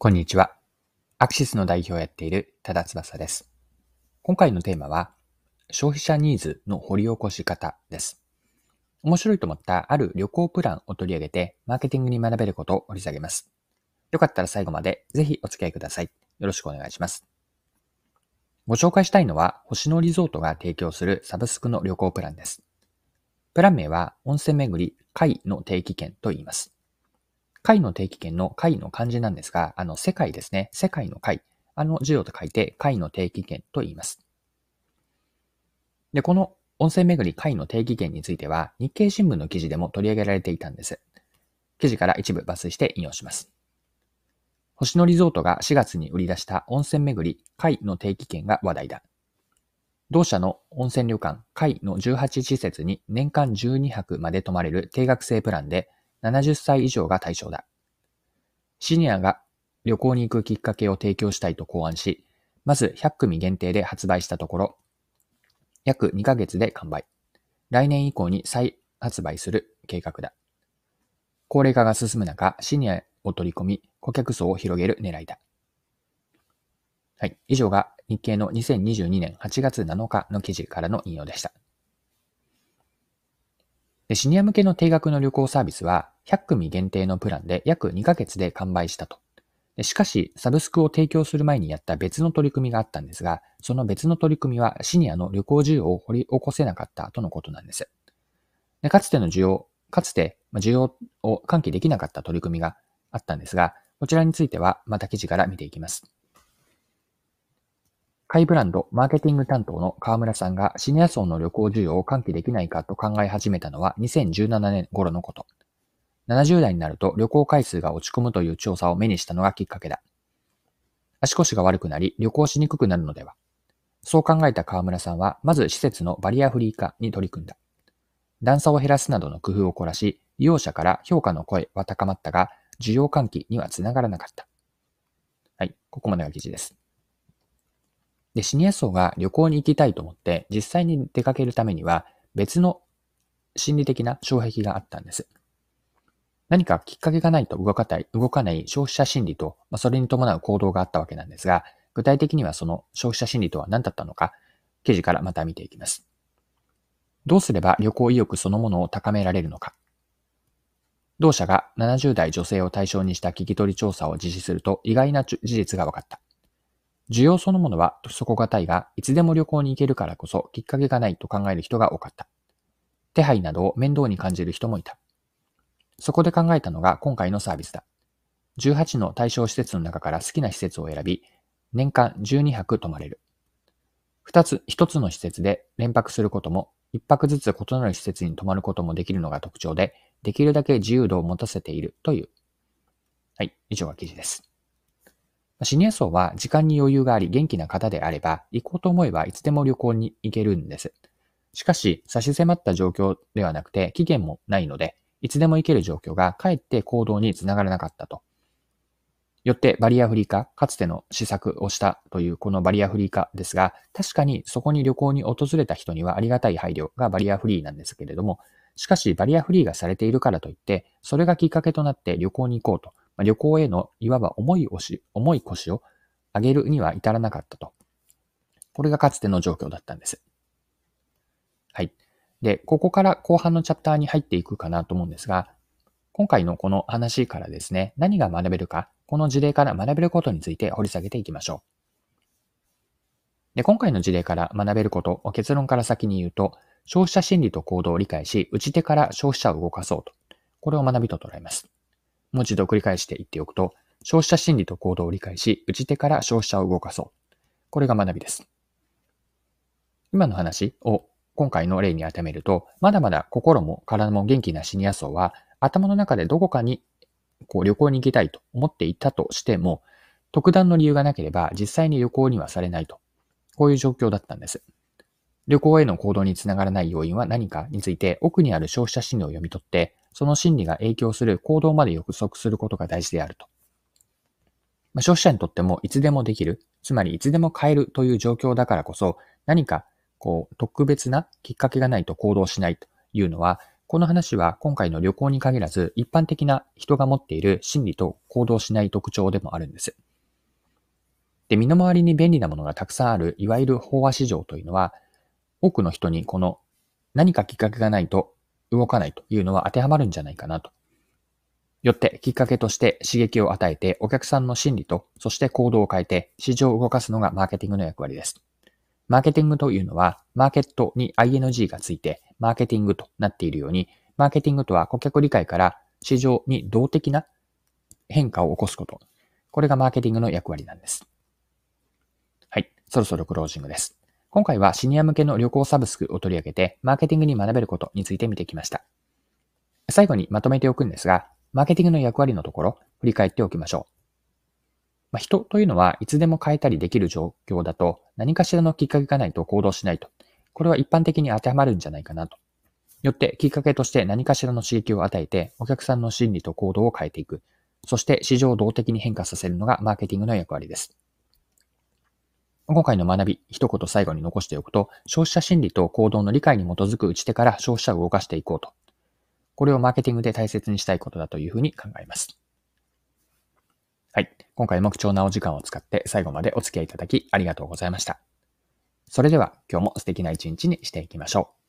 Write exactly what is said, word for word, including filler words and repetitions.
こんにちは。アクシスの代表をやっている多田翼です。今回のテーマは、消費者ニーズの掘り起こし方です。面白いと思ったある旅行プランを取り上げて、マーケティングに学べることを掘り下げます。よかったら最後までぜひお付き合いください。よろしくお願いします。ご紹介したいのは、星野リゾートが提供するサブスクの旅行プランです。プラン名は、温泉巡り会の定期券と言います。会の定期券の会の漢字なんですが、あの、世界ですね。世界の会。あの字をと書いて、会の定期券と言います。で、この温泉巡り会の定期券については、日経新聞の記事でも取り上げられていたんです。記事から一部抜粋して引用します。星野リゾートがしがつに売り出した温泉巡り会の定期券が話題だ。同社の温泉旅館会のじゅうはち施設に年間じゅうにはくまで泊まれる定額制プランで、ななじゅっさい以上が対象だ。シニアが旅行に行くきっかけを提供したいと考案し、まずひゃくくみ限定で発売したところ、約にかげつで完売。来年以降に再発売する計画だ。高齢化が進む中、シニアを取り込み、顧客層を広げる狙いだ。はい。以上が日経のにせんにじゅうにねんはちがつなのかの記事からの引用でした。で、シニア向けの定額の旅行サービスは、ひゃくくみ限定のプランで約にかげつで完売したと。でしかし、サブスクを提供する前にやった別の取り組みがあったんですが、その別の取り組みはシニアの旅行需要を掘り起こせなかったとのことなんです。でかつての需要、かつて需要を喚起できなかった取り組みがあったんですが、こちらについてはまた記事から見ていきます。会ブランドマーケティング担当の川村さんがシニア層の旅行需要を喚起できないかと考え始めたのはにせんじゅうななねん頃のこと。ななじゅう代になると旅行回数が落ち込むという調査を目にしたのがきっかけだ。足腰が悪くなり旅行しにくくなるのでは。そう考えた川村さんは、まず施設のバリアフリー化に取り組んだ。段差を減らすなどの工夫を凝らし、利用者から評価の声は高まったが、需要喚起にはつながらなかった。はい、ここまでが記事です。で、シニア層が旅行に行きたいと思って実際に出かけるためには別の心理的な障壁があったんです。何かきっかけがないと動かない、動かない消費者心理と、まあ、それに伴う行動があったわけなんですが、具体的にはその消費者心理とは何だったのか、記事からまた見ていきます。どうすれば旅行意欲そのものを高められるのか。同社がななじゅう代女性を対象にした聞き取り調査を実施すると意外な事実が分かった。需要そのものは底堅いが、いつでも旅行に行けるからこそきっかけがないと考える人が多かった。手配などを面倒に感じる人もいた。そこで考えたのが今回のサービスだ。じゅうはちの対象施設の中から好きな施設を選び、年間じゅうにはく泊まれる。二つ、一つの施設で連泊することも、一泊ずつ異なる施設に泊まることもできるのが特徴で、できるだけ自由度を持たせているという。はい、以上が記事です。シニア層は時間に余裕があり元気な方であれば、行こうと思えばいつでも旅行に行けるんです。しかし、差し迫った状況ではなくて期限もないので、いつでも行ける状況がかえって行動につながらなかったと。よってバリアフリー化、かつての施策をしたというこのバリアフリー化ですが、確かにそこに旅行に訪れた人にはありがたい配慮がバリアフリーなんですけれども、しかしバリアフリーがされているからといって、それがきっかけとなって旅行に行こうと、旅行へのいわば重い押し、重い腰を上げるには至らなかったと。これがかつての状況だったんです。はい。で、ここから後半のチャプターに入っていくかなと思うんですが、今回のこの話からですね、何が学べるか、この事例から学べることについて掘り下げていきましょう。で、今回の事例から学べることを結論から先に言うと、消費者心理と行動を理解し、打ち手から消費者を動かそうと。これを学びと捉えます。もう一度繰り返して言っておくと、消費者心理と行動を理解し、打ち手から消費者を動かそう。これが学びです。今の話を今回の例に当てはめると、まだまだ心も体も元気なシニア層は、頭の中でどこかにこう旅行に行きたいと思っていたとしても、特段の理由がなければ実際に旅行にはされないと。こういう状況だったんです。旅行への行動につながらない要因は何かについて、奥にある消費者心理を読み取って、その心理が影響する行動まで予測することが大事であると。まあ、消費者にとってもいつでもできる、つまりいつでも買えるという状況だからこそ、何かこう特別なきっかけがないと行動しないというのは、 この話は今回の旅行に限らず、一般的な人が持っている心理と行動しない特徴でもあるんです。で、身の回りに便利なものがたくさんある、いわゆる飽和市場というのは、多くの人にこの何かきっかけがないと動かないというのは当てはまるんじゃないかなと。よってきっかけとして刺激を与えてお客さんの心理とそして行動を変えて市場を動かすのがマーケティングの役割です。マーケティングというのはマーケットに アイエヌジー がついてマーケティングとなっているように、マーケティングとは顧客理解から市場に動的な変化を起こすこと。これがマーケティングの役割なんです。はい、そろそろクロージングです。今回はシニア向けの旅行サブスクを取り上げてマーケティングに学べることについて見てきました。最後にまとめておくんですが、マーケティングの役割のところ、振り返っておきましょう。まあ、人というのはいつでも変えたりできる状況だと、何かしらのきっかけがないと行動しないと。これは一般的に当てはまるんじゃないかなと。よってきっかけとして何かしらの刺激を与えて、お客さんの心理と行動を変えていく。そして市場を動的に変化させるのがマーケティングの役割です。今回の学び、一言最後に残しておくと、消費者心理と行動の理解に基づく打ち手から消費者を動かしていこうと。これをマーケティングで大切にしたいことだというふうに考えます。はい。今回も貴重なお時間を使って最後までお付き合いいただきありがとうございました。それでは今日も素敵な一日にしていきましょう。